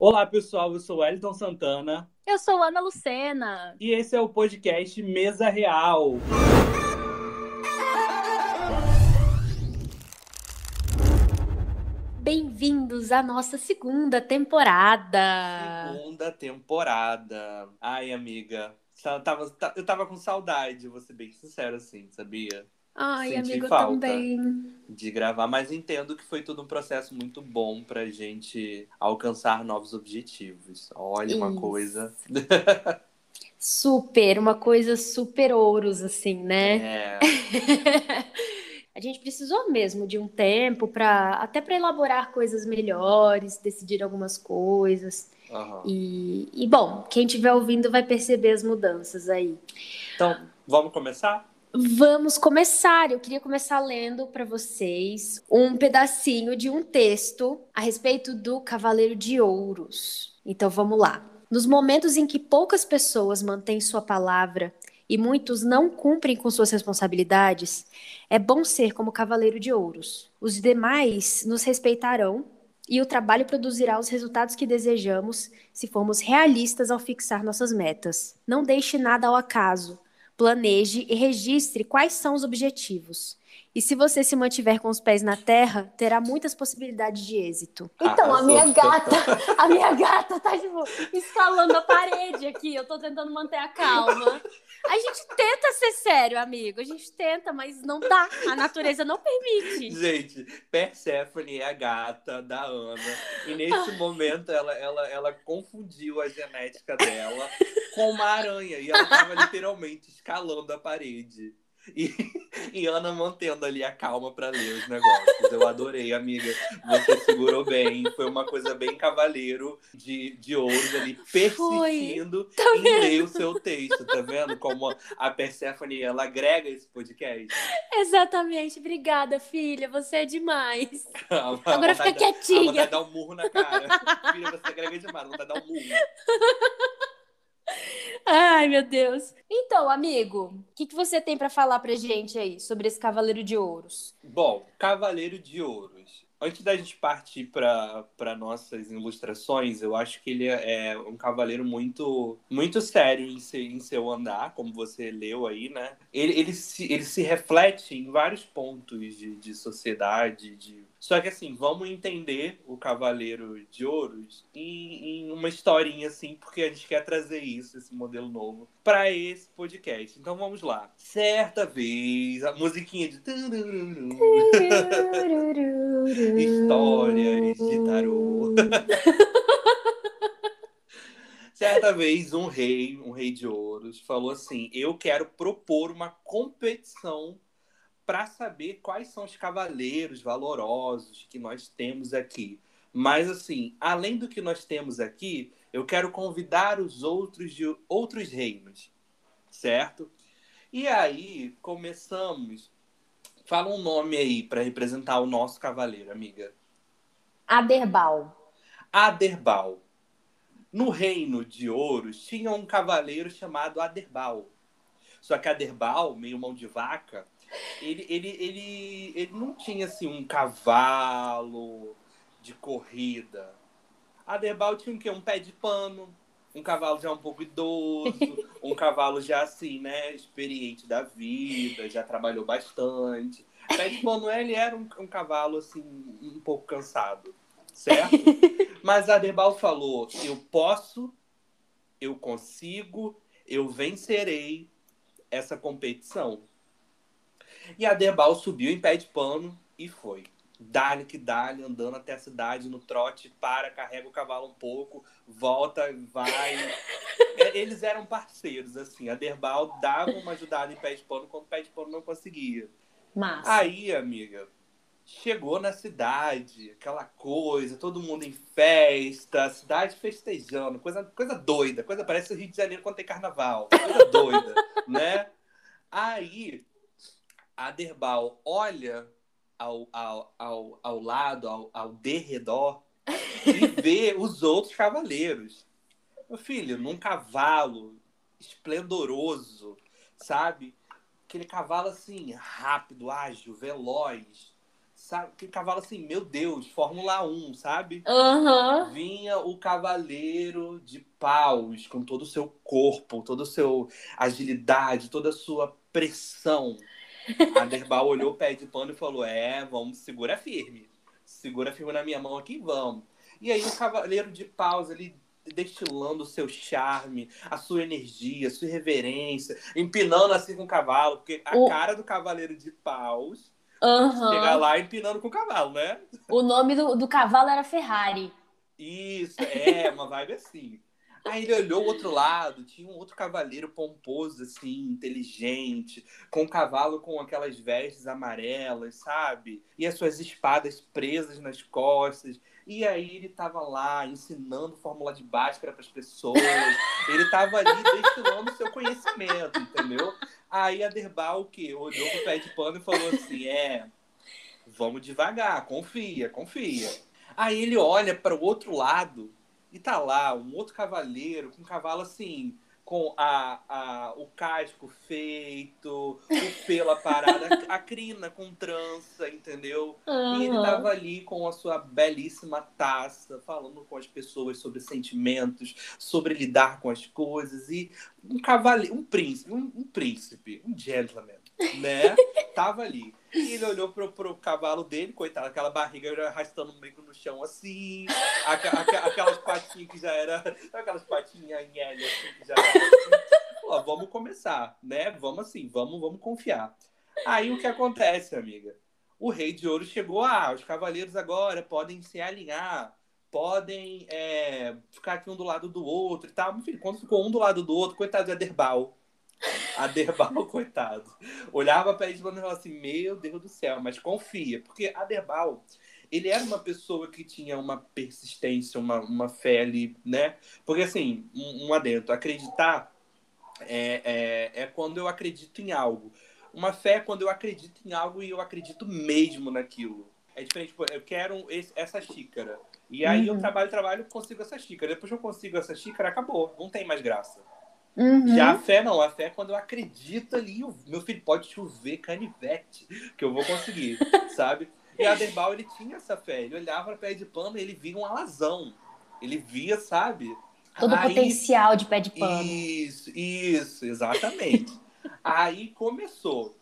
Olá, pessoal. Eu sou Wellington Santana Eu sou Ana Lucena. e esse é o podcast Mesa Real. Bem-vindos à nossa segunda temporada. Segunda temporada. Ai, amiga, eu tava com saudade, vou ser bem sincero assim, sabia? Ai, Senti amigo, eu falta também. de gravar, mas entendo que foi tudo um processo muito bom pra gente alcançar novos objetivos. Olha uma coisa. Isso. Super, uma coisa super ouros, assim, né? É. A gente precisou mesmo de um tempo para até para elaborar coisas melhores, decidir algumas coisas. Aham. Bom, quem estiver ouvindo vai perceber as mudanças aí. Então, vamos começar? Vamos começar. Eu queria começar lendo para vocês um pedacinho de um texto a respeito do Cavaleiro de Ouros. Então vamos lá. Nos momentos em que poucas pessoas mantêm sua palavra e muitos não cumprem com suas responsabilidades, é bom ser como Cavaleiro de Ouros. Os demais nos respeitarão e o trabalho produzirá os resultados que desejamos se formos realistas ao fixar nossas metas. Não deixe nada ao acaso. Planeje e registre quais são os objetivos. E se você se mantiver com os pés na terra, terá muitas possibilidades de êxito. Então, a Arrasou. minha gata, a minha gata tá tipo escalando a parede aqui. Eu tô tentando manter a calma. A gente tenta ser sério, amigo. A gente tenta, mas não dá. A natureza não permite. Gente, Perséfone é a gata da Ana. E nesse momento ela confundiu a genética dela com uma aranha. E ela tava literalmente escalando a parede. E, e Ana mantendo ali a calma para ler os negócios. Eu adorei, amiga. Você segurou bem. Foi uma coisa bem cavaleiro de ouros ali, Foi. persistindo Tá em ler o vendo? seu texto. Tá vendo como a Perséfone ela agrega esse podcast? Exatamente. Obrigada, filha. Você é demais. A Agora fica vontade, a vontade quietinha. de dar um murro na cara. Filha, você agrega demais, a vontade de dar um murro. Ai, meu Deus. Então, amigo, o que que você tem pra falar pra gente aí sobre esse Cavaleiro de Ouros? Bom, Cavaleiro de Ouros. Antes da gente partir para nossas ilustrações, eu acho que ele é um cavaleiro muito sério em seu andar, como você leu aí, né? Ele se reflete em vários pontos de sociedade, Só que assim, vamos entender o Cavaleiro de Ouros em uma historinha assim, porque a gente quer trazer isso, esse modelo novo, para esse podcast. Então vamos lá. Certa vez, a musiquinha de histórias de tarô. Certa vez, um rei de ouros, falou assim: Eu quero propor uma competição para saber quais são os cavaleiros valorosos que nós temos aqui. Mas, assim, além do que nós temos aqui, eu quero convidar os outros de outros reinos, certo? E aí, começamos. Fala um nome aí para representar o nosso cavaleiro, amiga. Aderbal. Aderbal. No reino de Ouros tinha um cavaleiro chamado Aderbal. Só que Aderbal, meio mão de vaca, ele não tinha assim um cavalo de corrida. Aderbal tinha o quê? Um pé de pano, um cavalo já um pouco idoso, um cavalo já assim, né, experiente da vida, já trabalhou bastante. Pé de pano ele era um cavalo assim um pouco cansado, certo? Mas Aderbal falou: eu posso, eu consigo, eu vencerei essa competição. E Aderbal subiu em pé de pano e foi. Dá-lhe que dá-lhe, andando até a cidade no trote, para, carrega o cavalo um pouco, volta, vai. Eles eram parceiros, assim. Aderbal dava uma ajudada em pé de pano quando o pé de pano não conseguia. Massa. Aí, amiga, chegou na cidade, aquela coisa, todo mundo em festa, a cidade festejando, coisa doida, coisa parece o Rio de Janeiro quando tem carnaval, coisa doida, né? Aí Aderbal olha ao lado, ao derredor, e vê os outros cavaleiros. Meu filho, num cavalo esplendoroso, sabe? Aquele cavalo assim, rápido, ágil, veloz, sabe? Que cavalo assim, meu Deus, Fórmula 1, sabe? Aham. Vinha o cavaleiro de paus, com todo o seu corpo, toda a sua agilidade, toda a sua pressão. A Derbal olhou o pé de pano e falou: vamos, segura firme na minha mão aqui, vamos. E aí o cavaleiro de paus ali destilando o seu charme, a sua energia, a sua irreverência, empinando assim com o cavalo, porque a O... cara do cavaleiro de paus chegar Aham. lá empinando com o cavalo, né? O nome do cavalo era Ferrari. Isso, uma vibe assim. Aí ele olhou o outro lado, tinha um outro cavaleiro pomposo, assim, inteligente, com um cavalo com aquelas vestes amarelas, sabe? E as suas espadas presas nas costas. E aí ele tava lá ensinando fórmula de Bhaskara para as pessoas. Ele tava ali destilando seu conhecimento, entendeu? Aí a Derbal, o quê? Olhou pro pé de pano e falou assim: vamos devagar, confia, confia. Aí ele olha para o outro lado e tá lá um outro cavaleiro com um cavalo assim, com o casco feito, o pelo aparado, a crina com trança, entendeu? E ele tava Aham. ali com a sua belíssima taça, falando com as pessoas sobre sentimentos, sobre lidar com as coisas. E um cavaleiro, um gentleman, né? Tava ali. E ele olhou pro cavalo dele, coitado, aquela barriga arrastando meio que no chão assim, aquelas patinhas que já era, aquelas patinhas em L assim, que já era assim. Pô, vamos começar, né? Vamos assim, vamos confiar. Aí o que acontece, amiga? O Rei de Ouro chegou, os cavaleiros agora podem se alinhar, podem ficar aqui um do lado do outro e tal. Enfim, quando ficou um do lado do outro, coitado de Aderbal. Aderbal, coitado. Olhava pra ele e falava assim, meu Deus do céu, mas confia. Porque Aderbal, ele era uma pessoa que tinha uma persistência, uma fé ali, né? Porque assim, um adentro, acreditar é quando eu acredito em algo. Uma fé é quando eu acredito em algo e eu acredito mesmo naquilo. É diferente, tipo, eu quero essa xícara. E aí eu Uhum. trabalho, consigo essa xícara. Depois que eu consigo essa xícara, acabou. Não tem mais graça. Já a Uhum. fé não, a fé é quando eu acredito ali, meu filho, pode chover canivete, que eu vou conseguir, sabe? E Aderbal, ele tinha essa fé, ele olhava para pé de pano e ele via um alazão, ele via, sabe? Todo o Aí, potencial de pé de pano. isso, exatamente. Aí começou.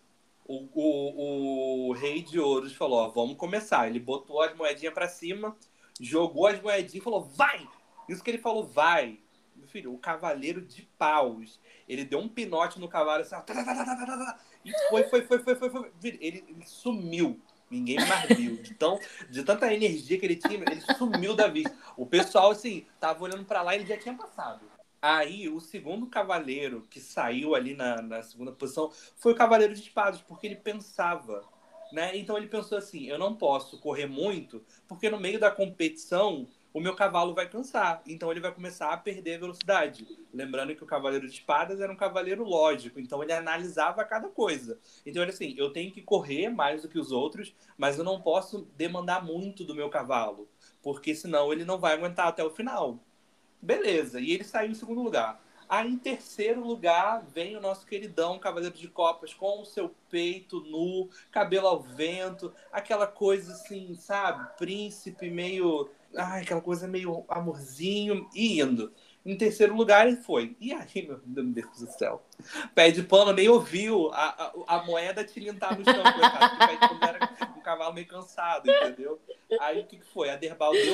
O Rei de Ouros falou, ó, vamos começar. Ele botou as moedinhas para cima, jogou as moedinhas e falou, vai! Isso que ele falou, vai. Meu filho, o Cavaleiro de Paus. Ele deu um pinote no cavalo assim, ó, tá, tá, tá, tá, tá, tá, tá, e foi. Ele sumiu. Ninguém mais viu. De tanta energia que ele tinha, ele sumiu da vista. O pessoal, assim, tava olhando pra lá e ele já tinha passado. Aí, o segundo cavaleiro que saiu ali na segunda posição foi o Cavaleiro de Espadas, porque ele pensava, né? Então ele pensou assim, eu não posso correr muito, porque no meio da competição o meu cavalo vai cansar, então ele vai começar a perder velocidade. Lembrando que o Cavaleiro de Espadas era um cavaleiro lógico, então ele analisava cada coisa. Então ele assim, eu tenho que correr mais do que os outros, mas eu não posso demandar muito do meu cavalo, porque senão ele não vai aguentar até o final. Beleza, e ele saiu em segundo lugar. Aí em terceiro lugar vem o nosso queridão Cavaleiro de Copas com o seu peito nu, cabelo ao vento, aquela coisa assim, sabe? Príncipe meio. Ai, aquela coisa meio amorzinho, e indo. Em terceiro lugar ele foi. E aí, meu Deus do céu? Pé de pano nem ouviu a moeda tilintar no chão, coitado, porque o pé de pano era um cavalo meio cansado, entendeu? Aí o que foi? A Derbal deu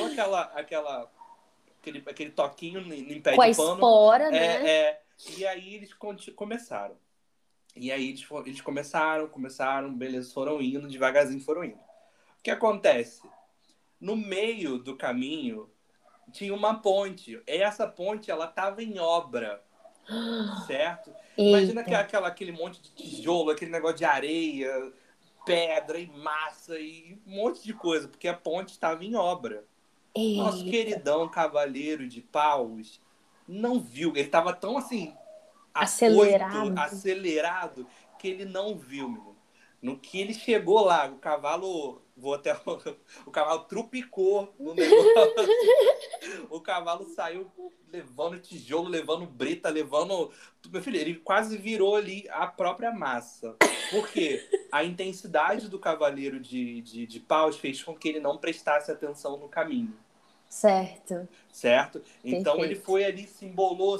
aquele toquinho em pé Com a de pano. espora, né? E aí eles começaram. E aí eles começaram, beleza, foram indo, devagarzinho foram indo. O que acontece? No meio do caminho tinha uma ponte. E essa ponte, ela estava em obra, certo? Imagina Eita, aquele monte de tijolo, aquele negócio de areia, pedra e massa e um monte de coisa, porque a ponte estava em obra. Nosso eita. queridão Cavaleiro de Paus não viu. Ele estava tão assim, afoito, Acelerado. acelerado, que ele não viu, menino. No que ele chegou lá, o cavalo... O cavalo trupicou no negócio. O cavalo saiu levando tijolo, levando brita, levando... Meu filho, ele quase virou ali a própria massa. Por quê? A intensidade do cavaleiro de paus fez com que ele não prestasse atenção no caminho. Certo. Certo? Então ele Perfeito. foi ali, se embolou,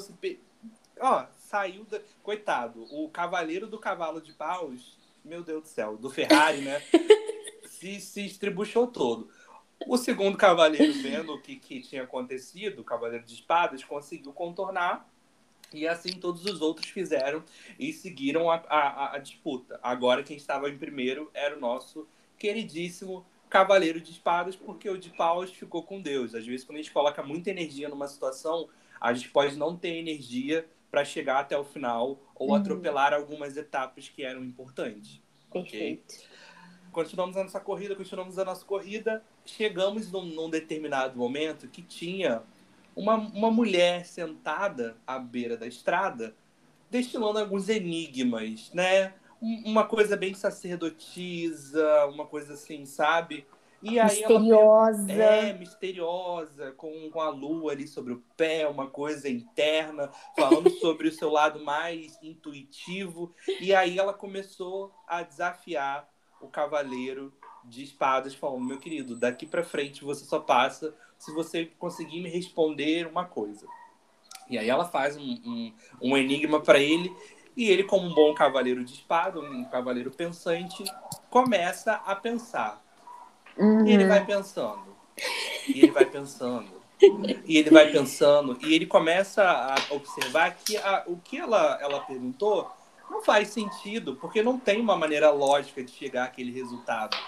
saiu da... Coitado, o cavaleiro do cavalo de paus, meu Deus do céu, do Ferrari, né? se estribuchou todo. O segundo cavaleiro, vendo o que tinha acontecido, o cavaleiro de espadas, conseguiu contornar, e assim todos os outros fizeram e seguiram a disputa. Agora quem estava em primeiro era o nosso queridíssimo cavaleiro de espadas, porque o de paus ficou com Deus. Às vezes, quando a gente coloca muita energia numa situação, a gente pode não ter energia para chegar até o final ou atropelar algumas etapas que eram importantes. Perfeito. Ok? Continuamos a nossa corrida. Chegamos num determinado momento que tinha uma mulher sentada à beira da estrada, destilando alguns enigmas, né? Uma coisa bem sacerdotisa, uma coisa assim, sabe? E aí Misteriosa. misteriosa, com a lua ali sobre o pé, uma coisa interna, falando sobre o seu lado mais intuitivo. E aí ela começou a desafiar o cavaleiro de espadas, falando: meu querido, daqui pra frente você só passa se você conseguir me responder uma coisa. E aí ela faz um enigma para ele, e ele, como um bom cavaleiro de espada, um cavaleiro pensante, começa a pensar. E ele vai pensando, e ele vai pensando, e ele vai pensando, e ele começa a observar que o que ela perguntou não faz sentido, porque não tem uma maneira lógica de chegar àquele resultado.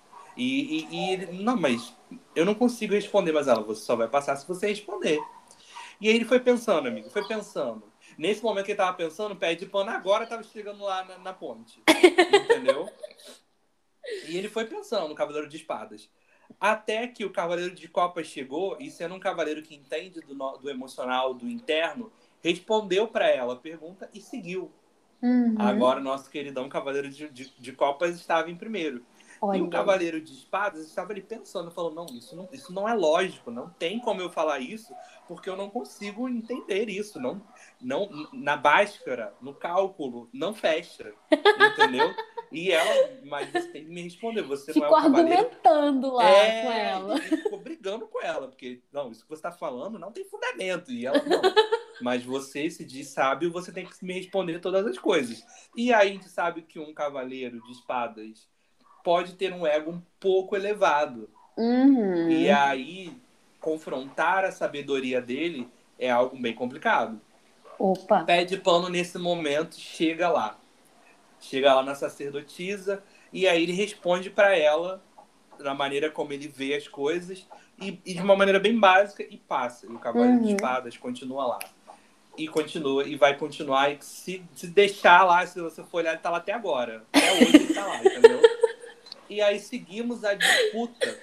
E ele, não, mas eu não consigo responder, mas ela, você só vai passar se você responder. E aí ele foi pensando, amigo, foi pensando. Nesse momento que ele tava pensando, o pé de pano agora tava chegando lá na ponte. Entendeu? E ele foi pensando no Cavaleiro de Espadas. Até que o Cavaleiro de Copas chegou, e sendo um cavaleiro que entende do emocional, do interno, respondeu para ela a pergunta e seguiu. Agora, nosso queridão Cavaleiro de Copas estava em primeiro. Olha. E o Cavaleiro de Espadas estava ali pensando, falou: não, isso não é lógico, não tem como eu falar isso, porque eu não consigo entender isso. Não, na báscara, no cálculo, não fecha. Entendeu? E ela, mas você tem que me responder, você não é Ficou o cavaleiro. argumentando lá com ela. E ficou brigando com ela, porque, não, isso que você está falando não tem fundamento. E ela, não. Mas você se diz sábio, você tem que me responder todas as coisas. E aí a gente sabe que um cavaleiro de espadas pode ter um ego um pouco elevado. E aí, confrontar a sabedoria dele é algo bem complicado. Opa. Pé de pano, nesse momento, chega lá. Chega lá na sacerdotisa, e aí ele responde para ela da maneira como ele vê as coisas, e de uma maneira bem básica, e passa. E o cavaleiro de espadas continua lá. E continua, e vai continuar. E se deixar lá, se você for olhar, ele tá lá até agora. Até hoje ele tá lá, entendeu? E aí seguimos a disputa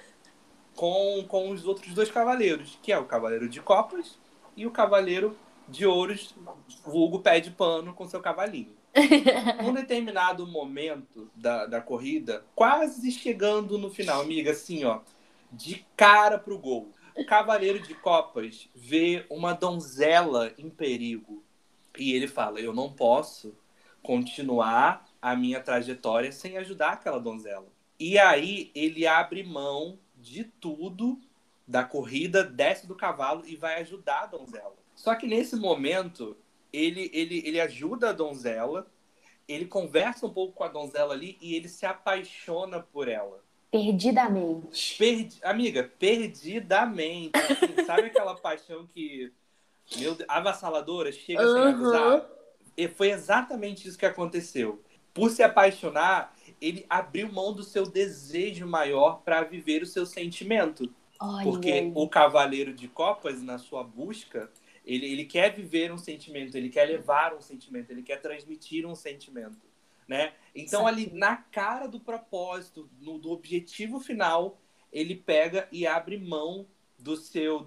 com os outros dois cavaleiros, que é o Cavaleiro de Copas e o Cavaleiro de Ouros, vulgo pé de pano, com seu cavalinho. Num determinado momento da corrida, quase chegando no final, amiga, assim, ó, de cara pro gol. O Cavaleiro de Copas vê uma donzela em perigo. E ele fala: eu não posso continuar a minha trajetória sem ajudar aquela donzela. E aí ele abre mão de tudo da corrida, desce do cavalo e vai ajudar a donzela. Só que nesse momento, ele ajuda a donzela, ele conversa um pouco com a donzela ali e ele se apaixona por ela. Perdidamente. Amiga, perdidamente. Assim, sabe aquela paixão que, meu Deus, avassaladora, chega sem avisar? E foi exatamente isso que aconteceu. Por se apaixonar, ele abriu mão do seu desejo maior para viver o seu sentimento. Olha. Porque o Cavaleiro de Copas, na sua busca, ele quer viver um sentimento, ele quer levar um sentimento, ele quer transmitir um sentimento, né? Então, ali na cara do propósito, do objetivo final, ele pega e abre mão do seu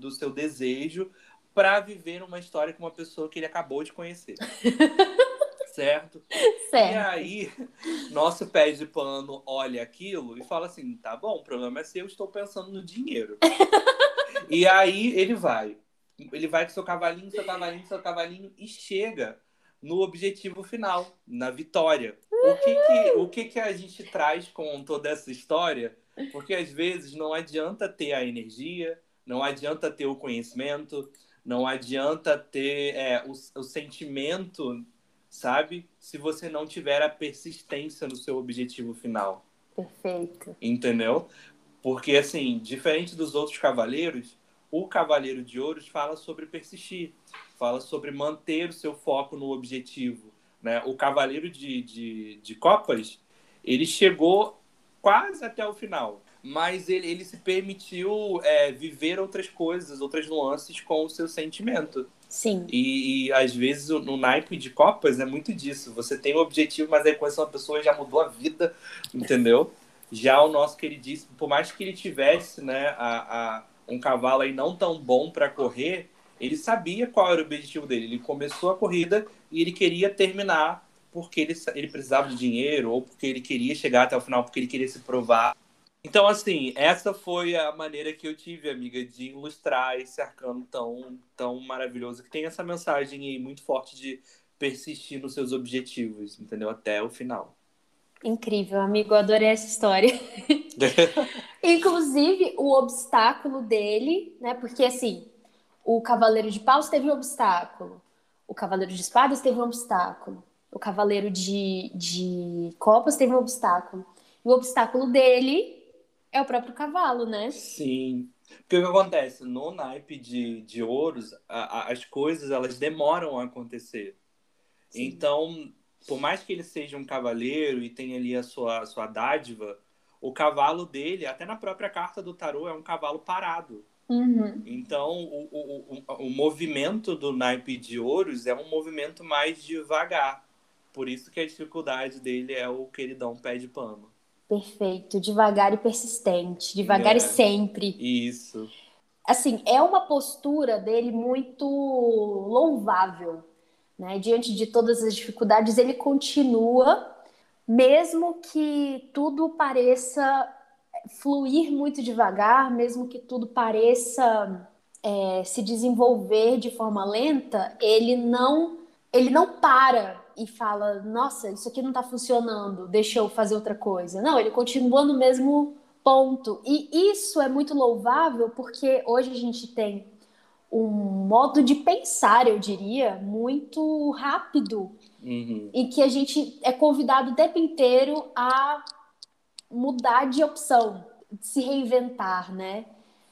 desejo para viver uma história com uma pessoa que ele acabou de conhecer. certo? E Certo. aí, nosso pé de pano olha aquilo e fala assim, tá bom, o problema é se eu estou pensando no dinheiro. E aí ele vai. Ele vai com seu cavalinho, seu cavalinho, seu cavalinho e chega no objetivo final, na vitória. O que a gente traz com toda essa história? Porque às vezes não adianta ter a energia, não adianta ter o conhecimento, não adianta ter o sentimento, sabe? Se você não tiver a persistência no seu objetivo final. Perfeito. Entendeu? Porque, assim, diferente dos outros cavaleiros, o Cavaleiro de Ouros fala sobre persistir, fala sobre manter o seu foco no objetivo, né? O Cavaleiro de Copas, ele chegou quase até o final, mas ele se permitiu viver outras coisas, outras nuances com o seu sentimento. Sim. E às vezes no naipe de Copas é muito disso. Você tem um objetivo, mas aí conhece uma pessoa e já mudou a vida, entendeu? Já o nosso queridíssimo, por mais que ele tivesse, né, um cavalo aí não tão bom para correr, ele sabia qual era o objetivo dele. Ele começou a corrida e ele queria terminar porque ele precisava de dinheiro ou porque ele queria chegar até o final, porque ele queria se provar. Então, assim, essa foi a maneira que eu tive, amiga, de ilustrar esse arcano tão maravilhoso, que tem essa mensagem aí muito forte de persistir nos seus objetivos, entendeu? Até o final. Incrível, amigo, eu adorei essa história. Inclusive, o obstáculo dele, né? Porque, assim, o Cavaleiro de Paus teve um obstáculo, o Cavaleiro de Espadas teve um obstáculo, o Cavaleiro de Copas teve um obstáculo. E o obstáculo dele é o próprio cavalo, né? Sim. Porque o que acontece? No naipe de ouros, as coisas, elas demoram a acontecer. Sim. Então, por mais que ele seja um cavaleiro e tenha ali a sua dádiva, o cavalo dele, até na própria carta do tarô, é um cavalo parado. Uhum. Então, o movimento do naipe de ouros é um movimento mais devagar. Por isso que a dificuldade dele é o queridão pé de pano. Perfeito, devagar e persistente, devagar e sempre. Isso. Assim, é uma postura dele muito louvável, né? Diante de todas as dificuldades, ele continua, mesmo que tudo pareça fluir muito devagar, mesmo que tudo pareça se desenvolver de forma lenta, ele não para e fala, nossa, isso aqui não está funcionando, deixa eu fazer outra coisa. Não, ele continua no mesmo ponto. E isso é muito louvável porque hoje a gente tem um modo de pensar, eu diria, muito rápido, em que a gente é convidado o tempo inteiro a mudar de opção, de se reinventar, né?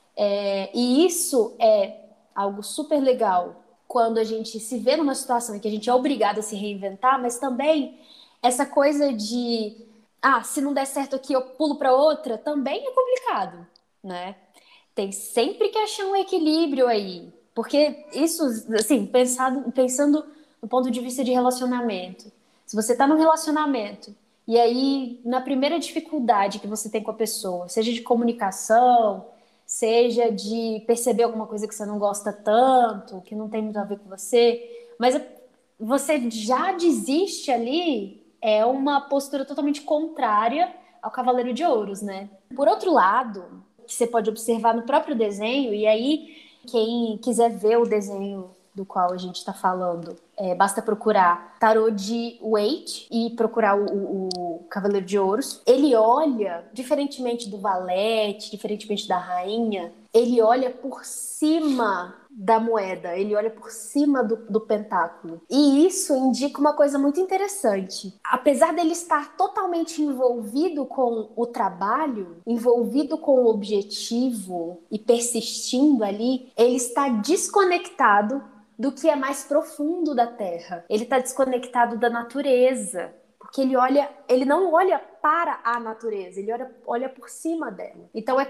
E isso é algo super legal quando a gente se vê numa situação em que a gente é obrigado a se reinventar, mas também essa coisa de se não der certo aqui eu pulo para outra, também é complicado, né? Tem sempre que achar um equilíbrio aí, porque isso, assim, pensando no ponto de vista de relacionamento. Se você tá num relacionamento e aí na primeira dificuldade que você tem com a pessoa, seja de comunicação, seja de perceber alguma coisa que você não gosta tanto, que não tem muito a ver com você, mas você já desiste ali, é uma postura totalmente contrária ao Cavaleiro de Ouros, né? Por outro lado, que você pode observar no próprio desenho, e aí quem quiser ver o desenho do qual a gente está falando, basta procurar Tarô de Waite e procurar o Cavaleiro de Ouros. Ele olha, diferentemente do valete, diferentemente da rainha, ele olha por cima da moeda, ele olha por cima do pentáculo. E isso indica uma coisa muito interessante. Apesar dele estar totalmente envolvido com o trabalho, envolvido com o objetivo e persistindo ali, ele está desconectado do que é mais profundo da Terra. Ele está desconectado da natureza, porque ele não olha para a natureza, ele olha por cima dela. Então é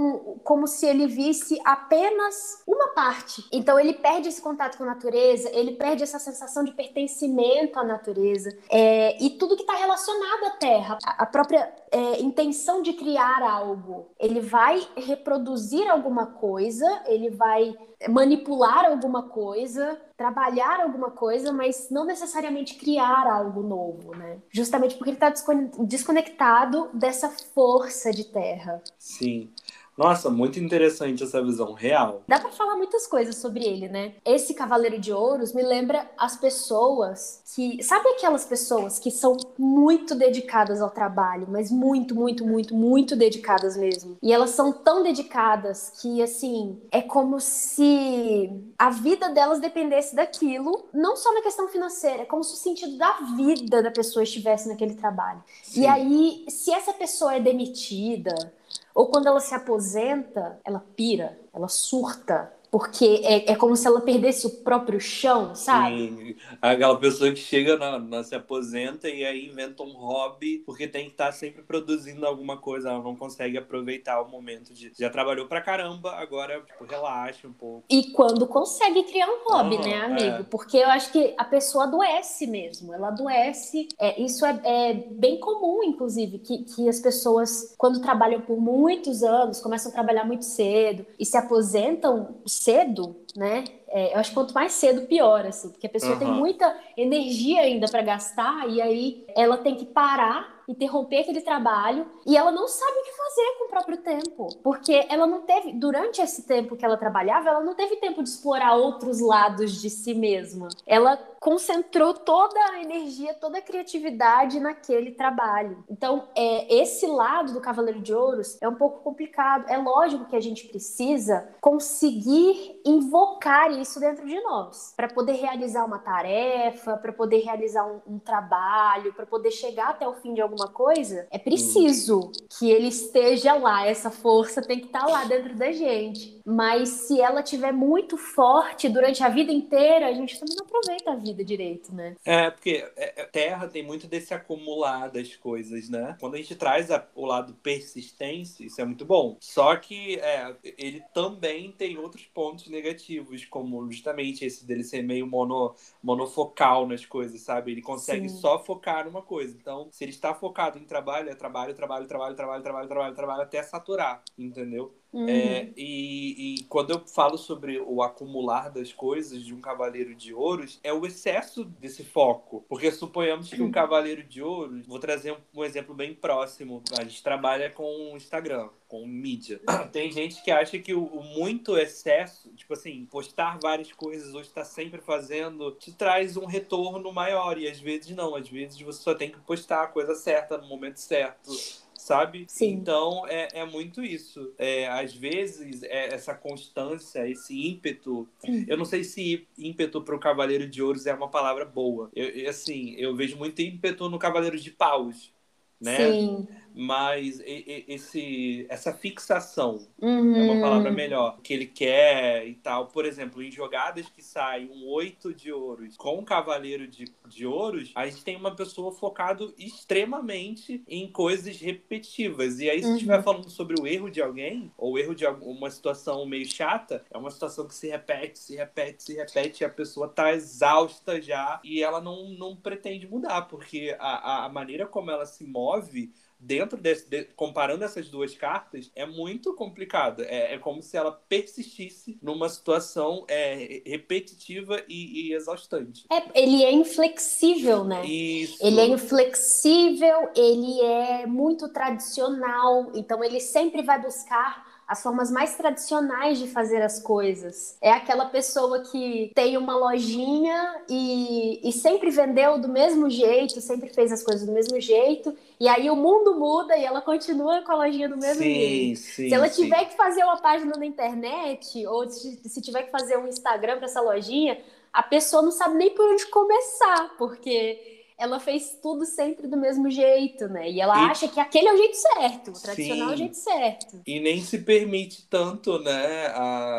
como se ele visse apenas uma parte. Então ele perde esse contato com a natureza, ele perde essa sensação de pertencimento à natureza, e tudo que está relacionado à terra, a própria intenção de criar algo. Ele vai reproduzir alguma coisa, ele vai manipular alguma coisa, trabalhar alguma coisa, mas não necessariamente criar algo novo, né? Justamente porque ele está desconectado dessa força de terra. Sim. Nossa, muito interessante essa visão real. Dá pra falar muitas coisas sobre ele, né? Esse Cavaleiro de Ouros me lembra as pessoas que... Sabe aquelas pessoas que são muito dedicadas ao trabalho, mas muito, muito, muito, muito dedicadas mesmo. E elas são tão dedicadas que, assim, é como se a vida delas dependesse daquilo, não só na questão financeira, é como se o sentido da vida da pessoa estivesse naquele trabalho. Sim. E aí, se essa pessoa é demitida... Ou quando ela se aposenta, ela pira, ela surta. Porque é como se ela perdesse o próprio chão, sabe? Sim, aquela pessoa que chega se aposenta e aí inventa um hobby porque tem que estar sempre produzindo alguma coisa, ela não consegue aproveitar o momento de já trabalhou pra caramba, agora tipo, relaxa um pouco. E quando consegue criar um hobby, né, amigo? É. Porque eu acho que a pessoa adoece mesmo, ela adoece. Isso é bem comum, inclusive, que as pessoas, quando trabalham por muitos anos, começam a trabalhar muito cedo e se aposentam cedo, né? Eu acho que quanto mais cedo, pior, assim, porque a pessoa tem muita energia ainda para gastar e aí ela tem que parar, interromper aquele trabalho e ela não sabe o que fazer com o próprio tempo, porque ela não teve, durante esse tempo que ela trabalhava, ela não teve tempo de explorar outros lados de si mesma. Ela concentrou toda a energia, toda a criatividade naquele trabalho. Então, esse lado do Cavaleiro de Ouros é um pouco complicado. É lógico que a gente precisa conseguir invocar isso dentro de nós, para poder realizar uma tarefa, para poder realizar um trabalho, para poder chegar até o fim de alguma coisa, é preciso que ele esteja lá, essa força tem que estar lá dentro da gente. Mas se ela estiver muito forte durante a vida inteira, a gente também não aproveita a vida direito, né? Porque terra tem muito desse acumular das coisas, né? Quando a gente traz o lado persistência, isso é muito bom. Só que ele também tem outros pontos negativos, como justamente esse dele ser meio monofocal nas coisas, sabe? Ele consegue só focar numa coisa. Então, se ele está focado em trabalho, é trabalho, trabalho, trabalho, trabalho, trabalho, trabalho, trabalho, até saturar, entendeu? E quando eu falo sobre o acumular das coisas de um cavaleiro de ouros, é o excesso desse foco. Porque suponhamos que um cavaleiro de ouros, vou trazer um exemplo bem próximo, a gente trabalha com Instagram, com mídia. Tem gente que acha que o muito excesso, tipo assim, postar várias coisas ou estar sempre fazendo, te traz um retorno maior. E às vezes não, às vezes você só tem que postar a coisa certa no momento certo, sabe? Sim. Então, é muito isso. Às vezes, essa constância, esse ímpeto... Eu não sei se ímpeto para o Cavaleiro de Ouros é uma palavra boa. Eu vejo muito ímpeto no Cavaleiro de Paus, né? Sim. Mas essa fixação é uma palavra melhor. Que ele quer e tal. Por exemplo, em jogadas que sai um 8 de ouros com um cavaleiro de ouros, a gente tem uma pessoa focado extremamente em coisas repetitivas. E aí, se estiver falando sobre o erro de alguém, ou o erro de uma situação meio chata, é uma situação que se repete, se repete, se repete, e a pessoa tá exausta já, e ela não pretende mudar, porque a maneira como ela se move dentro comparando essas duas cartas, é muito complicado. É como se ela persistisse numa situação repetitiva e exaustante. Ele é inflexível, né? Isso. Ele é inflexível, ele é muito tradicional, então ele sempre vai buscar as formas mais tradicionais de fazer as coisas. É aquela pessoa que tem uma lojinha e sempre vendeu do mesmo jeito, sempre fez as coisas do mesmo jeito, e aí o mundo muda e ela continua com a lojinha do mesmo jeito. Se ela tiver que fazer uma página na internet, ou se tiver que fazer um Instagram para essa lojinha, a pessoa não sabe nem por onde começar, porque ela fez tudo sempre do mesmo jeito, né? E ela E acha que aquele é o jeito certo, o tradicional é o sim, jeito certo. e nem se permite tanto, né,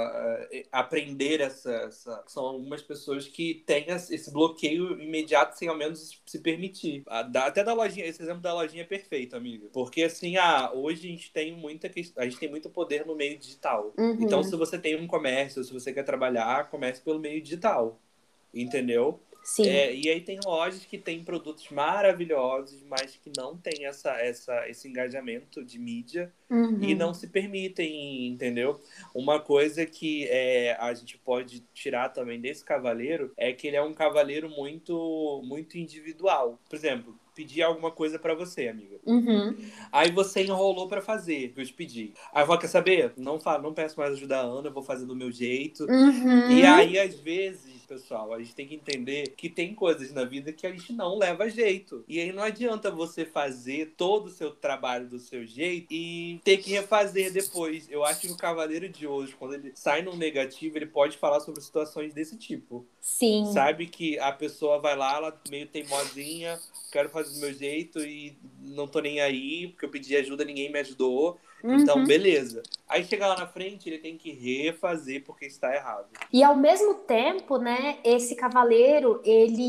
aprender São algumas pessoas que têm esse bloqueio imediato sem ao menos se permitir. Até da lojinha, esse exemplo da lojinha é perfeito, amiga. Porque assim, hoje a gente tem a gente tem muito poder no meio digital. Então, se Uhum, você tem um comércio, se você quer trabalhar, comece pelo meio digital. Entendeu? sim. E aí tem lojas que têm produtos maravilhosos, mas que não têm esse engajamento de mídia e não Uhum, se permitem, entendeu? Uma coisa que a gente pode tirar também desse cavaleiro é que ele é um cavaleiro muito individual. Por exemplo, pedir alguma coisa pra você, amiga. uhum, Aí você enrolou pra fazer, que eu te pedi. Aí eu vou, quer saber? Não peço mais ajuda a Ana, eu vou fazer do meu jeito. E uhum. aí, às vezes, pessoal, a gente tem que entender que tem coisas na vida que a gente não leva jeito. E aí não adianta você fazer todo o seu trabalho do seu jeito e ter que refazer depois. Eu acho que o Cavaleiro de Ouros, quando ele sai no negativo, ele pode falar sobre situações desse tipo. Sim. Sabe que a pessoa vai lá, ela meio teimosinha, quero fazer do meu jeito e não tô nem aí, porque eu pedi ajuda, ninguém me ajudou. Então, Uhum. beleza. Aí chega lá na frente, ele tem que refazer porque está errado. E ao mesmo tempo, né, esse cavaleiro,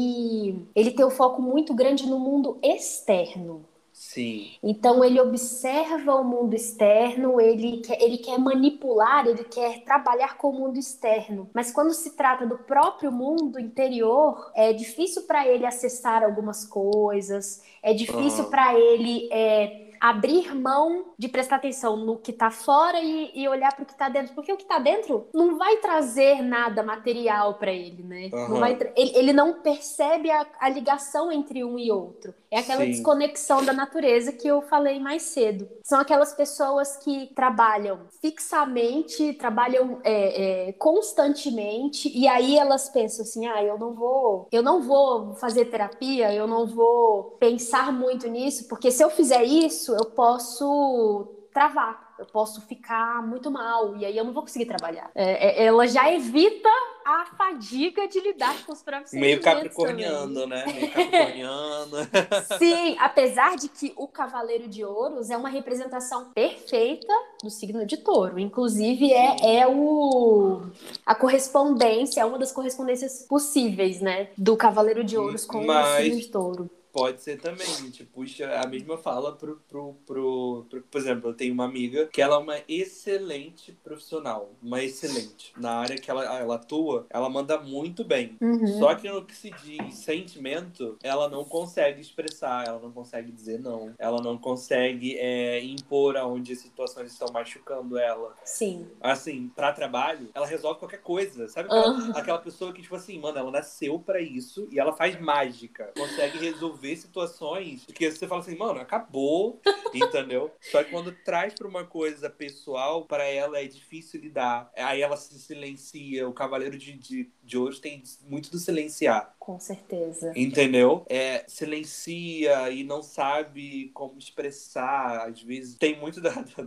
ele tem um foco muito grande no mundo externo. Sim. Então ele observa o mundo externo, ele quer manipular, ele quer trabalhar com o mundo externo. Mas quando se trata do próprio mundo interior, é difícil para ele acessar algumas coisas, é difícil Aham. para ele abrir mão de prestar atenção no que está fora e olhar para o que está dentro, porque o que está dentro não vai trazer nada material para ele, né? Não vai Aham. ele não percebe a ligação entre um e outro. É aquela Sim. desconexão da natureza que eu falei mais cedo. São aquelas pessoas que trabalham fixamente, trabalham constantemente, e aí elas pensam assim: eu não vou fazer terapia, eu não vou pensar muito nisso, porque se eu fizer isso, eu posso travar, eu posso ficar muito mal, e aí eu não vou conseguir trabalhar. Ela já evita a fadiga de lidar com os próprios Meio sentimentos também. capricorniano, né? Meio capricorniano. Sim, apesar de que o Cavaleiro de Ouros é uma representação perfeita do signo de Touro. Inclusive, Sim. a correspondência, é uma das correspondências possíveis, né? Do Cavaleiro de Ouros com o signo de Mas Touro. pode ser também, tipo, puxa a mesma fala por exemplo, eu tenho uma amiga que ela é uma excelente profissional, uma excelente. Na área que ela atua, ela manda muito bem. Só Uhum, que no que se diz sentimento, ela não consegue expressar, ela não consegue dizer não, ela não consegue impor aonde as situações estão machucando ela. sim. Assim, pra trabalho, ela resolve qualquer coisa. Sabe Uhum. aquela pessoa que, tipo assim, mano, ela nasceu pra isso e ela faz mágica. Consegue resolver situações que você fala assim, mano, acabou, entendeu? Só que quando traz pra uma coisa pessoal, pra ela é difícil lidar. Aí ela se silencia. O Cavaleiro de Ouros tem muito do silenciar. Com certeza. Entendeu? Silencia e não sabe como expressar. Às vezes tem muito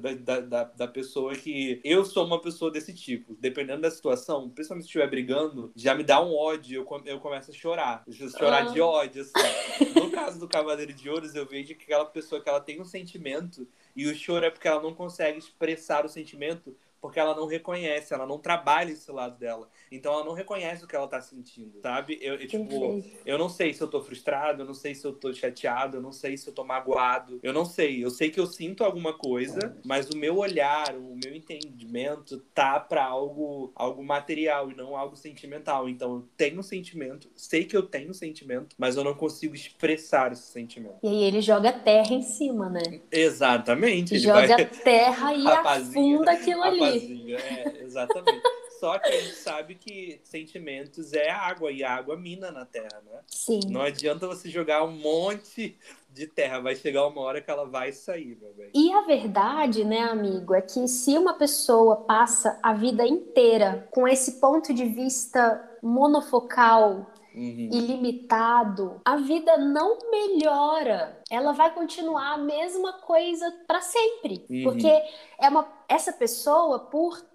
da pessoa que. Eu sou uma pessoa desse tipo. Dependendo da situação, principalmente se estiver brigando, já me dá um ódio. Eu começo a chorar. Eu chorar de Ah, ódio, assim. No caso do Cavaleiro de Ouros, eu vejo que aquela pessoa que ela tem um sentimento e o choro é porque ela não consegue expressar o sentimento porque ela não reconhece, ela não trabalha esse lado dela. Então ela não reconhece o que ela tá sentindo, sabe? Tipo, perfeito. eu não sei se eu tô frustrado, eu não sei se eu tô chateado, eu não sei se eu tô magoado, eu não sei. Eu sei que eu sinto alguma coisa, mas o meu olhar, o meu entendimento tá pra algo material e não algo sentimental. Então eu tenho um sentimento, sei que eu tenho um sentimento, mas eu não consigo expressar esse sentimento. E aí ele joga terra em cima, né? Exatamente, ele vai Joga terra e rapazinha, afunda aquilo ali. rapazinha, exatamente. Só que a gente sabe que sentimentos é água e a água mina na terra, né? Não Sim. adianta você jogar um monte de terra, vai chegar uma hora que ela vai sair, meu bem. E a verdade, né, amigo, é que se uma pessoa passa a vida inteira com esse ponto de vista monofocal, Uhum, ilimitado, a vida não melhora. Ela vai continuar a mesma coisa para sempre, porque uhum, essa pessoa, por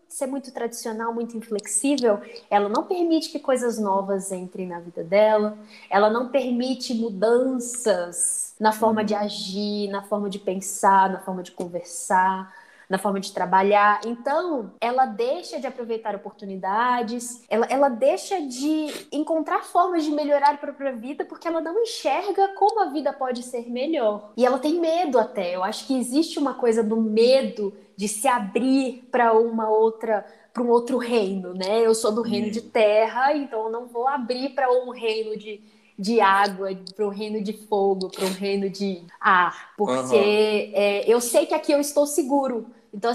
ser muito tradicional, muito inflexível, ela não permite que coisas novas entrem na vida dela, ela não permite mudanças na forma de agir, na forma de pensar, na forma de conversar, na forma de trabalhar. Então, ela deixa de aproveitar oportunidades, ela deixa de encontrar formas de melhorar a própria vida porque ela não enxerga como a vida pode ser melhor. E ela tem medo até. Eu acho que existe uma coisa do medo de se abrir para para um outro reino, né? Eu sou do reino de terra, então eu não vou abrir para um reino de água, para um reino de fogo, para um reino de ar, porque eu sei que aqui eu estou seguro. Então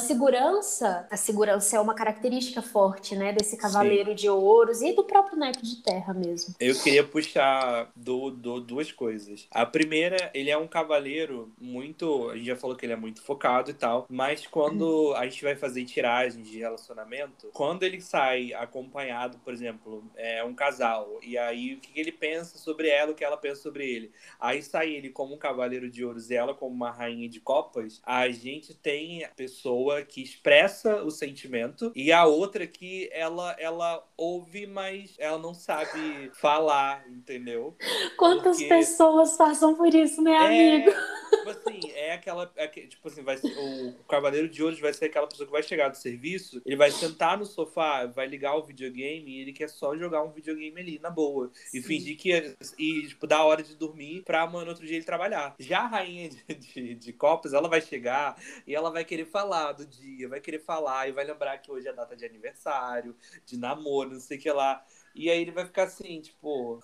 a segurança é uma característica forte, né, desse Sim. cavaleiro de ouros e do próprio naipe de terra mesmo. Eu queria puxar duas coisas. A primeira, ele é um cavaleiro muito... A gente já falou que ele é muito focado e tal, mas quando a gente vai fazer tiragens de relacionamento, quando ele sai acompanhado, por exemplo, é um casal, e aí o que ele pensa sobre ela, o que ela pensa sobre ele, aí sai ele como um cavaleiro de ouros e ela como uma rainha de copas, a gente tem a pessoa que expressa o sentimento e a outra que ela ouve, mas ela não sabe falar, entendeu? Quantas pessoas passam por isso, né, amigo? Tipo assim, tipo assim, vai ser, o Cavaleiro de Ouros vai ser aquela pessoa que vai chegar do serviço, ele vai sentar no sofá, vai ligar o videogame e ele quer só jogar um videogame ali, na boa. Sim. E fingir e tipo, dar hora de dormir pra amanhã, no outro dia, ele trabalhar. Já a rainha de copas, ela vai chegar e ela vai querer falar do dia, vai querer falar e vai lembrar que hoje é data de aniversário, de namoro, não sei o que lá. E aí ele vai ficar assim, tipo,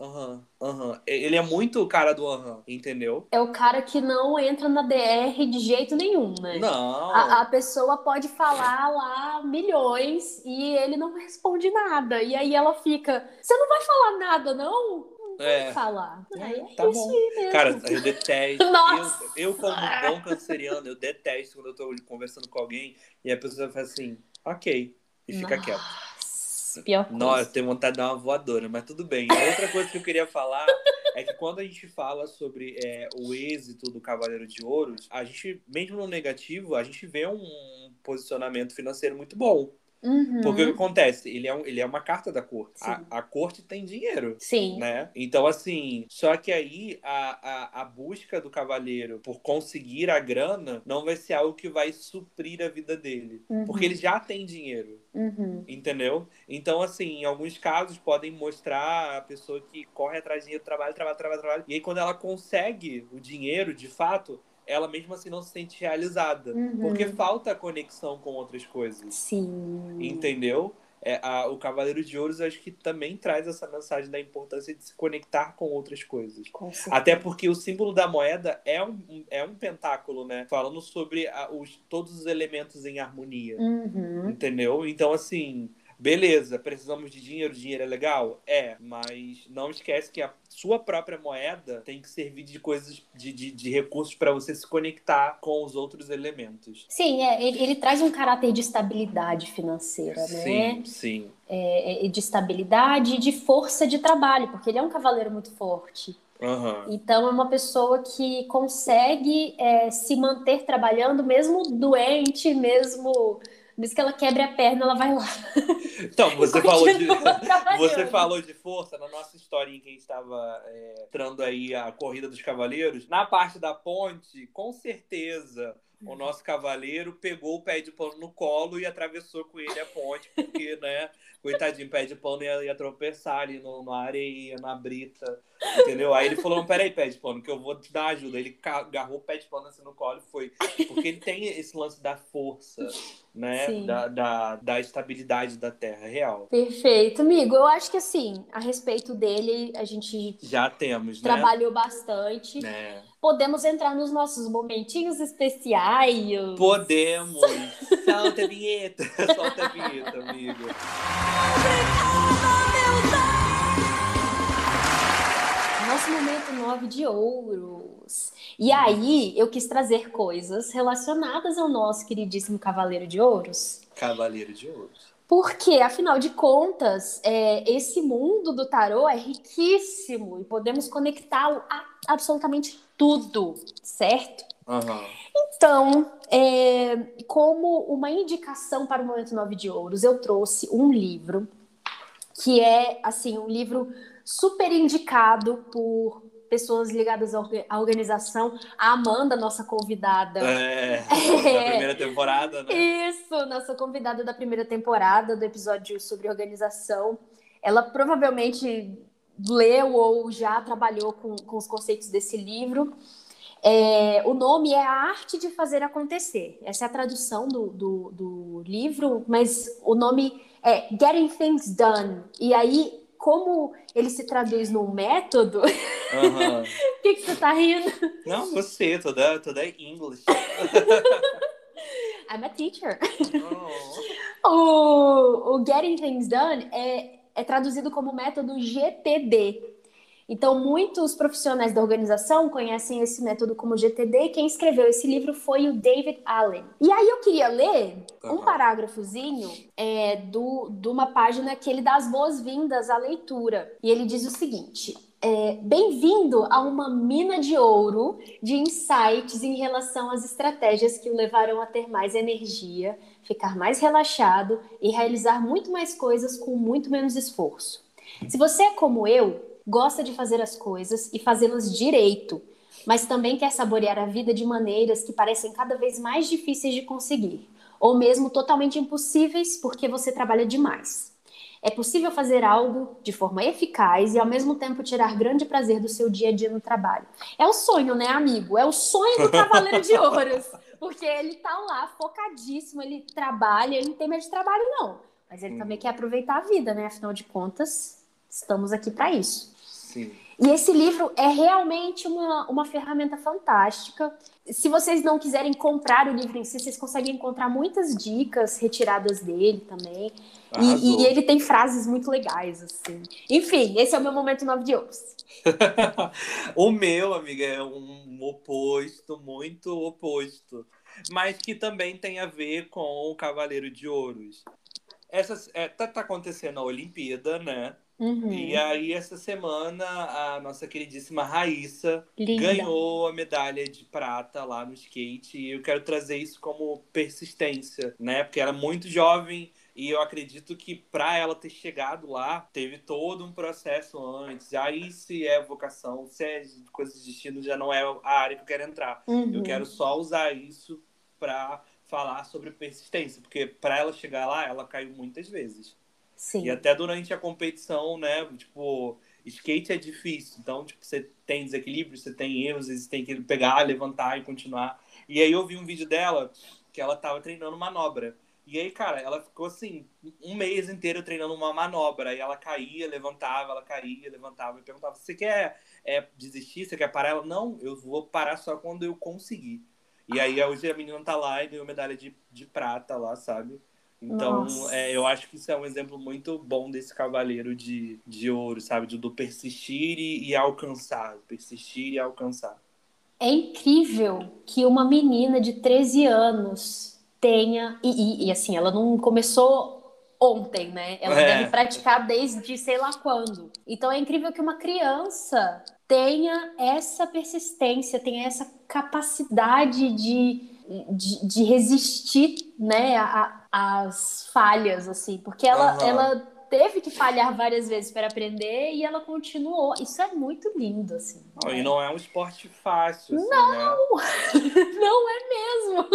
Ele é muito o cara do entendeu? É o cara que não entra na DR de jeito nenhum, né? A Não. pessoa pode falar lá milhões e ele não responde nada. E aí ela fica, você não vai falar nada, não? Não vou falar. Aí Tá é isso bom. aí mesmo. Cara, eu detesto. Nossa! Eu, como bom canceriano, eu detesto quando eu tô conversando com alguém e a pessoa faz assim, ok, e fica quieto. Nossa, pior coisa. Nossa, eu tenho vontade de dar uma voadora, mas tudo bem. A outra coisa que eu queria falar é que quando a gente fala sobre o êxito do Cavaleiro de Ouros, a gente, mesmo no negativo, a gente vê um posicionamento financeiro muito bom. Porque o que acontece? Ele é uma carta da corte. A corte tem dinheiro. Sim. Né? Então, assim, só que aí a busca do cavaleiro por conseguir a grana não vai ser algo que vai suprir a vida dele. Porque ele já tem dinheiro. Entendeu? Então, assim, em alguns casos podem mostrar a pessoa que corre atrás de dinheiro, trabalha. E aí, quando ela consegue o dinheiro, de fato, ela mesmo assim não se sente realizada. Porque falta a conexão com outras coisas. Sim. Entendeu? O Cavaleiro de Ouros acho que também traz essa mensagem da importância de se conectar com outras coisas. Com certeza. Até porque o símbolo da moeda é um pentáculo, né? Falando sobre todos os elementos em harmonia. Entendeu? Então, assim, beleza, precisamos de dinheiro é legal? Mas não esquece que a sua própria moeda tem que servir de coisas, de recursos para você se conectar com os outros elementos. Sim, ele traz um caráter de estabilidade financeira, né? Sim. De estabilidade e de força de trabalho, porque ele é um cavaleiro muito forte. Então é uma pessoa que consegue se manter trabalhando, mesmo doente, mesmo que ela quebre a perna, ela vai lá. Então, você falou de força na nossa historinha que a gente estava entrando aí a Corrida dos Cavaleiros. Na parte da ponte, com certeza, o nosso cavaleiro pegou o pé de pano no colo e atravessou com ele a ponte, porque, né, coitadinho, pé de pano ia tropeçar ali na areia, na brita, entendeu? Aí ele falou, não, peraí, pé de pano, que eu vou te dar ajuda. Ele agarrou o pé de pano assim no colo e foi. Porque ele tem esse lance da força, né, da estabilidade da Terra real. Perfeito, amigo. Eu acho que, assim, a respeito dele, a gente já temos, trabalhou bastante. Podemos entrar nos nossos momentinhos especiais. Podemos. Solta a vinheta. Solta a vinheta, amigo. Nosso momento 9 de ouros. E aí, eu quis trazer coisas relacionadas ao nosso queridíssimo Cavaleiro de Ouros. Cavaleiro de Ouros. Porque, afinal de contas, esse mundo do tarô é riquíssimo e podemos conectá-lo a absolutamente tudo, certo? Aham. Então, como uma indicação para o Momento 9 de Ouros, eu trouxe um livro que é, assim, um livro super indicado por pessoas ligadas à organização. A Amanda, nossa convidada. Da primeira temporada, né? Isso, nossa convidada da primeira temporada, do episódio sobre organização. Ela provavelmente leu ou já trabalhou com os conceitos desse livro. O nome é A Arte de Fazer Acontecer. Essa é a tradução do livro, mas o nome é Getting Things Done. E aí, como ele se traduz num método, Aham. o que você tá rindo? Não, você, toda English. I'm a teacher. Oh. O Getting Things Done é traduzido como método GTD. Então, muitos profissionais da organização conhecem esse método como GTD, e quem escreveu esse livro foi o David Allen. E aí eu queria ler um parágrafozinho de uma página que ele dá as boas-vindas à leitura. E ele diz o seguinte: bem-vindo a uma mina de ouro de insights em relação às estratégias que o levarão a ter mais energia, ficar mais relaxado e realizar muito mais coisas com muito menos esforço. Se você é como eu, gosta de fazer as coisas e fazê-las direito, mas também quer saborear a vida de maneiras que parecem cada vez mais difíceis de conseguir, ou mesmo totalmente impossíveis porque você trabalha demais. É possível fazer algo de forma eficaz e ao mesmo tempo tirar grande prazer do seu dia a dia no trabalho. É o sonho, né, amigo? É o sonho do Cavaleiro de Ouros. Porque ele tá lá focadíssimo, ele trabalha, ele não tem medo de trabalho, não. Mas ele também quer aproveitar a vida, né? Afinal de contas, estamos aqui para isso. Sim. E esse livro é realmente uma ferramenta fantástica. Se vocês não quiserem comprar o livro em si, vocês conseguem encontrar muitas dicas retiradas dele também. E ele tem frases muito legais, assim. Enfim, esse é o meu momento 9 de ouros. O meu, amiga, é um oposto, muito oposto. Mas que também tem a ver com o Cavaleiro de Ouros. Tá acontecendo a Olimpíada, né? Uhum. E aí, essa semana, a nossa queridíssima Raíssa Linda. ganhou a medalha de prata lá no skate. E eu quero trazer isso como persistência, né? Porque ela é muito jovem e eu acredito que para ela ter chegado lá, teve todo um processo antes. Aí, se é vocação, se é coisa de destino, já não é a área que eu quero entrar. Uhum. Eu quero só usar isso para falar sobre persistência, porque para ela chegar lá, ela caiu muitas vezes. Sim. E até durante a competição, né? Tipo, skate é difícil. Então, tipo, você tem desequilíbrio, você tem erros, você tem que pegar, levantar e continuar. E aí eu vi um vídeo dela que ela tava treinando manobra. E aí, cara, ela ficou assim, um mês inteiro treinando uma manobra. E ela caía, levantava, ela caía, levantava. Eu perguntava, você quer desistir? Você quer parar? Ela, não, eu vou parar só quando eu conseguir. E aí hoje a menina tá lá e ganhou medalha de prata lá, sabe? Então, eu acho que isso é um exemplo muito bom desse cavaleiro de ouro, sabe? Do persistir e alcançar. Persistir e alcançar. É incrível que uma menina de 13 anos tenha... E assim, ela não começou ontem, né? Ela deve praticar desde sei lá quando. Então é incrível que uma criança tenha essa persistência, tenha essa capacidade de resistir, né, às falhas, assim, porque ela teve que falhar várias vezes para aprender e ela continuou. Isso é muito lindo, assim. Não, e não é um esporte fácil, assim, não! né? Não é mesmo!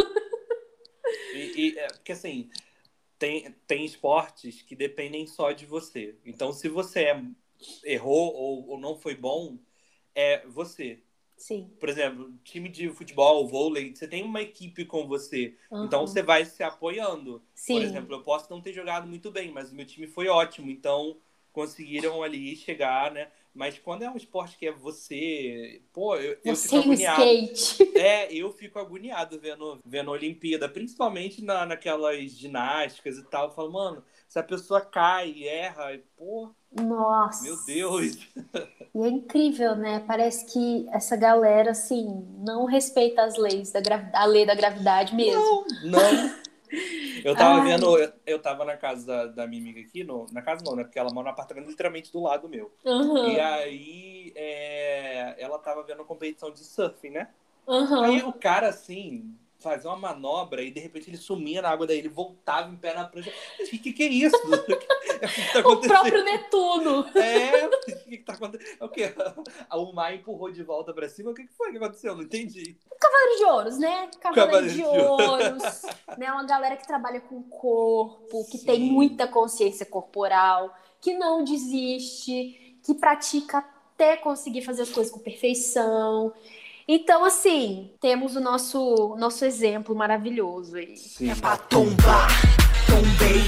Porque, assim, tem esportes que dependem só de você. Então, se você errou ou não foi bom, é você. Sim. Por exemplo, time de futebol, vôlei, você tem uma equipe com você. Então você vai se apoiando. Sim. Por exemplo, eu posso não ter jogado muito bem, mas o meu time foi ótimo. Então conseguiram ali chegar, né? Mas quando é um esporte que é você... Pô, eu fico agoniado. Skate. Eu fico agoniado vendo a Olimpíada. Principalmente naquelas ginásticas e tal. Eu falo, mano, se a pessoa cai e erra, pô... Nossa! Meu Deus! E é incrível, né? Parece que essa galera, assim, não respeita as leis a lei da gravidade mesmo. Não. Eu tava vendo, eu tava na casa da minha amiga aqui, na casa não, né? Porque ela mora no apartamento literalmente do lado meu. Uhum. E aí, ela tava vendo a competição de surf, né? Aí Aham. o cara, assim, fazia uma manobra e de repente ele sumia na água, daí ele voltava em pé na prancha. Gente, o que é isso? O que tá O acontecendo? próprio Netuno. O que tá acontecendo? É o quê? O mar empurrou de volta pra cima? O que foi que aconteceu? Não entendi. Cavaleiro de Ouros, né? Cavaleiro Cavaleiro de de Ouro. Ouros, né? Uma galera que trabalha com o corpo, que tem Sim. muita consciência corporal, que não desiste, que pratica até conseguir fazer as coisas com perfeição. Então, assim, temos o nosso exemplo maravilhoso aí. Sim. Pra tombar, tombei.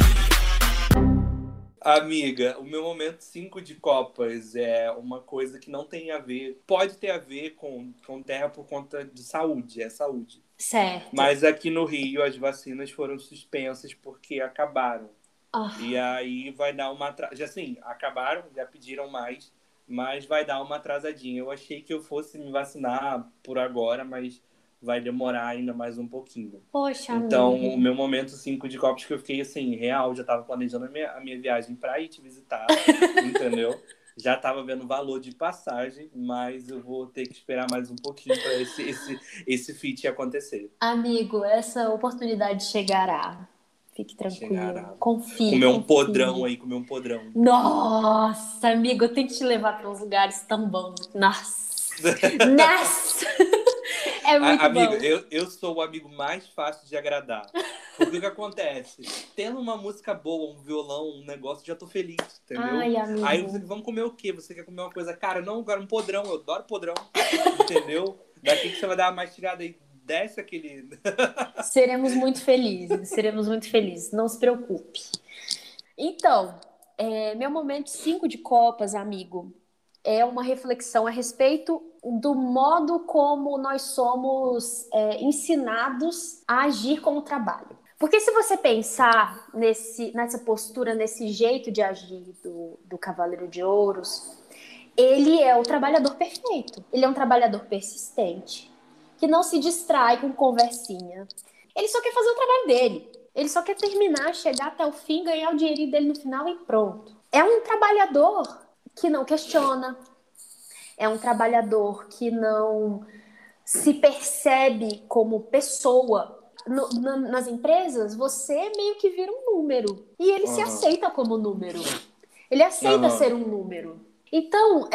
Amiga, o meu momento 5 de Copas é uma coisa que não tem a ver, pode ter a ver com terra por conta de saúde, é saúde. Certo. Mas aqui no Rio as vacinas foram suspensas porque acabaram. E Ah, aí vai dar uma já assim, acabaram, já pediram mais, mas vai dar uma atrasadinha. Eu achei que eu fosse me vacinar por agora, mas vai demorar ainda mais um pouquinho. poxa, Então, amigo. o meu momento 5 de Copas que eu fiquei assim, real, já tava planejando a minha viagem pra ir te visitar, entendeu? Já tava vendo o valor de passagem, mas eu vou ter que esperar mais um pouquinho para esse feat acontecer. Amigo, essa oportunidade chegará. Fique tranquilo. Chegar Confie, comer um podrão confie. aí, comer um podrão. Nossa, amigo, eu tenho que te levar para uns lugares tão bons. Nossa! Nossa! É muito Amigo, bom. eu sou o amigo mais fácil de agradar. Porque o que acontece? Tendo uma música boa, um violão, um negócio, já tô feliz, entendeu? Ai, Aí você, amigo. vamos comer o quê? Você quer comer uma coisa? Cara, não, agora um podrão, eu adoro podrão, entendeu? Daqui que você vai dar uma mastigada aí, desce aquele. Seremos muito felizes, seremos muito felizes. Não se preocupe. Então, meu momento 5 de Copas, amigo, é uma reflexão a respeito do modo como nós somos ensinados a agir com o trabalho. Porque se você pensar nessa postura, nesse jeito de agir do Cavaleiro de Ouros, ele é o trabalhador perfeito. Ele é um trabalhador persistente, que não se distrai com conversinha. Ele só quer fazer o trabalho dele. Ele só quer terminar, chegar até o fim, ganhar o dinheirinho dele no final e pronto. É um trabalhador que não questiona, é um trabalhador que não se percebe como pessoa. Nas empresas, você meio que vira um número. E ele se Aham, aceita como número. Ele aceita aham, ser um número. Então,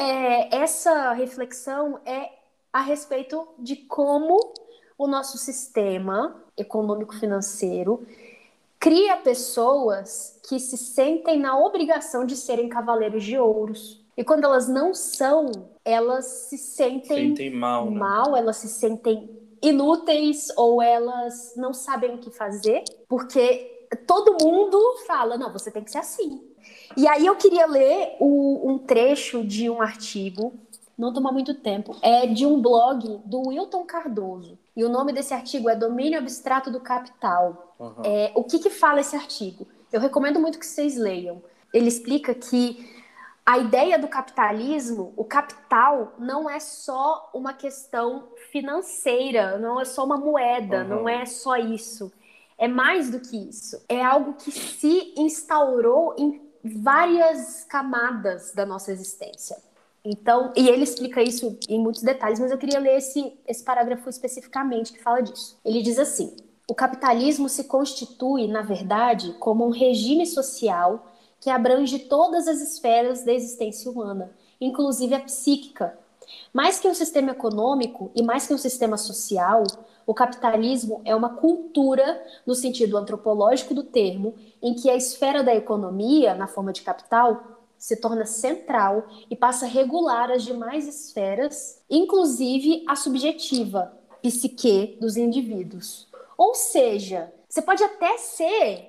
essa reflexão é a respeito de como o nosso sistema econômico-financeiro cria pessoas que se sentem na obrigação de serem cavaleiros de ouros. E quando elas não são, elas se sentem sentem mal, né? mal, elas se sentem inúteis ou elas não sabem o que fazer, porque todo mundo fala, não, você tem que ser assim. E aí eu queria ler um trecho de um artigo, não toma muito tempo, é de um blog do Wilton Cardoso. E o nome desse artigo é Domínio Abstrato do Capital. Aham, O que fala esse artigo? Eu recomendo muito que vocês leiam. Ele explica que a ideia do capitalismo, o capital, não é só uma questão financeira, não é só uma moeda, não aham. é só isso. É mais do que isso. É algo que se instaurou em várias camadas da nossa existência. Então, e ele explica isso em muitos detalhes, mas eu queria ler esse parágrafo especificamente que fala disso. Ele diz assim: o capitalismo se constitui, na verdade, como um regime social que abrange todas as esferas da existência humana, inclusive a psíquica. Mais que um sistema econômico e mais que um sistema social, o capitalismo é uma cultura, no sentido antropológico do termo, em que a esfera da economia, na forma de capital, se torna central e passa a regular as demais esferas, inclusive a subjetiva, psique dos indivíduos. Ou seja, você pode até ser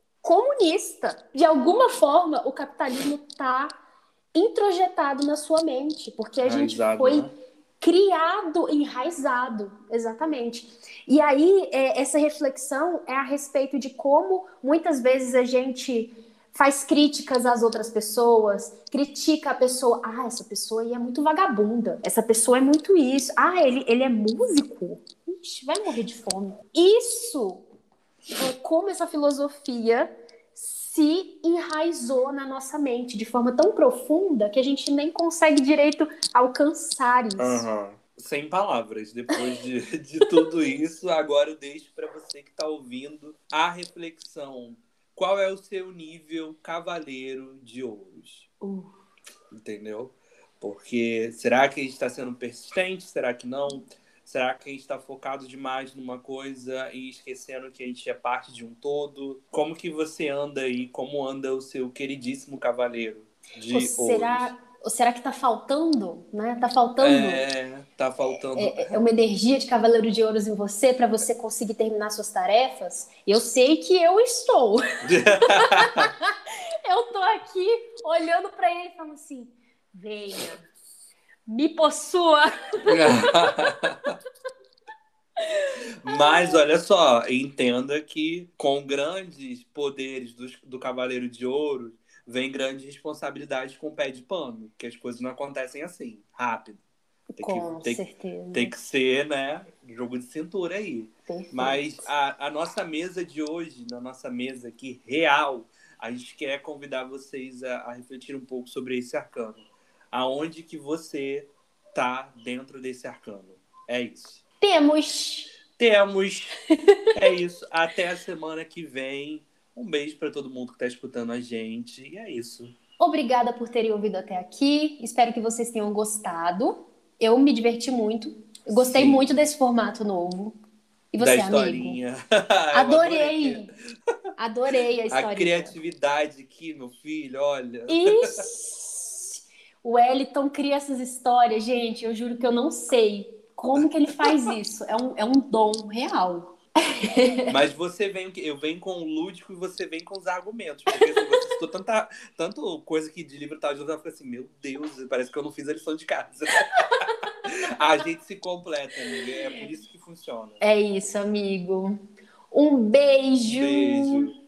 comunista. De alguma forma, o capitalismo está introjetado na sua mente, porque a gente Enraizado, foi né? criado, enraizado, exatamente. E aí, essa reflexão é a respeito de como muitas vezes a gente faz críticas às outras pessoas, critica a pessoa, essa pessoa aí é muito vagabunda, essa pessoa é muito isso, ele é músico, ixi, vai morrer de fome. Isso é como essa filosofia se enraizou na nossa mente de forma tão profunda que a gente nem consegue direito alcançar isso. Aham. sem palavras. Depois de tudo isso, agora eu deixo para você que está ouvindo a reflexão. Qual é o seu nível cavaleiro de ouros? Entendeu? Porque será que a gente está sendo persistente? Será que não? Será que a gente está focado demais numa coisa e esquecendo que a gente é parte de um todo? Como que você anda aí? Como anda o seu queridíssimo cavaleiro de ouros? Ou será que tá faltando, né? Tá faltando Tá faltando. uma energia de Cavaleiro de Ouros em você para você conseguir terminar suas tarefas? Eu sei que eu estou. Eu tô aqui olhando para ele e falando assim: venha, me possua. Mas olha só, entenda que com grandes poderes do Cavaleiro de Ouro vem grande responsabilidade com o pé de pano, que as coisas não acontecem assim, rápido. Com certeza. Tem que ser, né, jogo de cintura aí. Perfeito. Mas a nossa mesa de hoje, na nossa mesa aqui real, a gente quer convidar vocês a refletir um pouco sobre esse arcano. Aonde que você tá dentro desse arcano? É isso. Temos. É isso. Até a semana que vem. Um beijo para todo mundo que tá escutando a gente. E é isso. Obrigada por terem ouvido até aqui. Espero que vocês tenham gostado. Eu me diverti muito. Eu gostei Sim. muito desse formato novo. E você, Da historinha. amigo? Adorei. Adorei a historinha. A criatividade aqui, meu filho, olha. Ixi, o Wellington cria essas histórias, gente. Eu juro que eu não sei como que ele faz isso. É um dom real. Mas eu venho com o lúdico e você vem com os argumentos. Porque se você citou tanto coisa que de livro tal, eu fico assim, meu Deus, parece que eu não fiz a lição de casa. A gente se completa, amiga. É por isso que funciona. É isso, amigo. Um beijo. Beijo.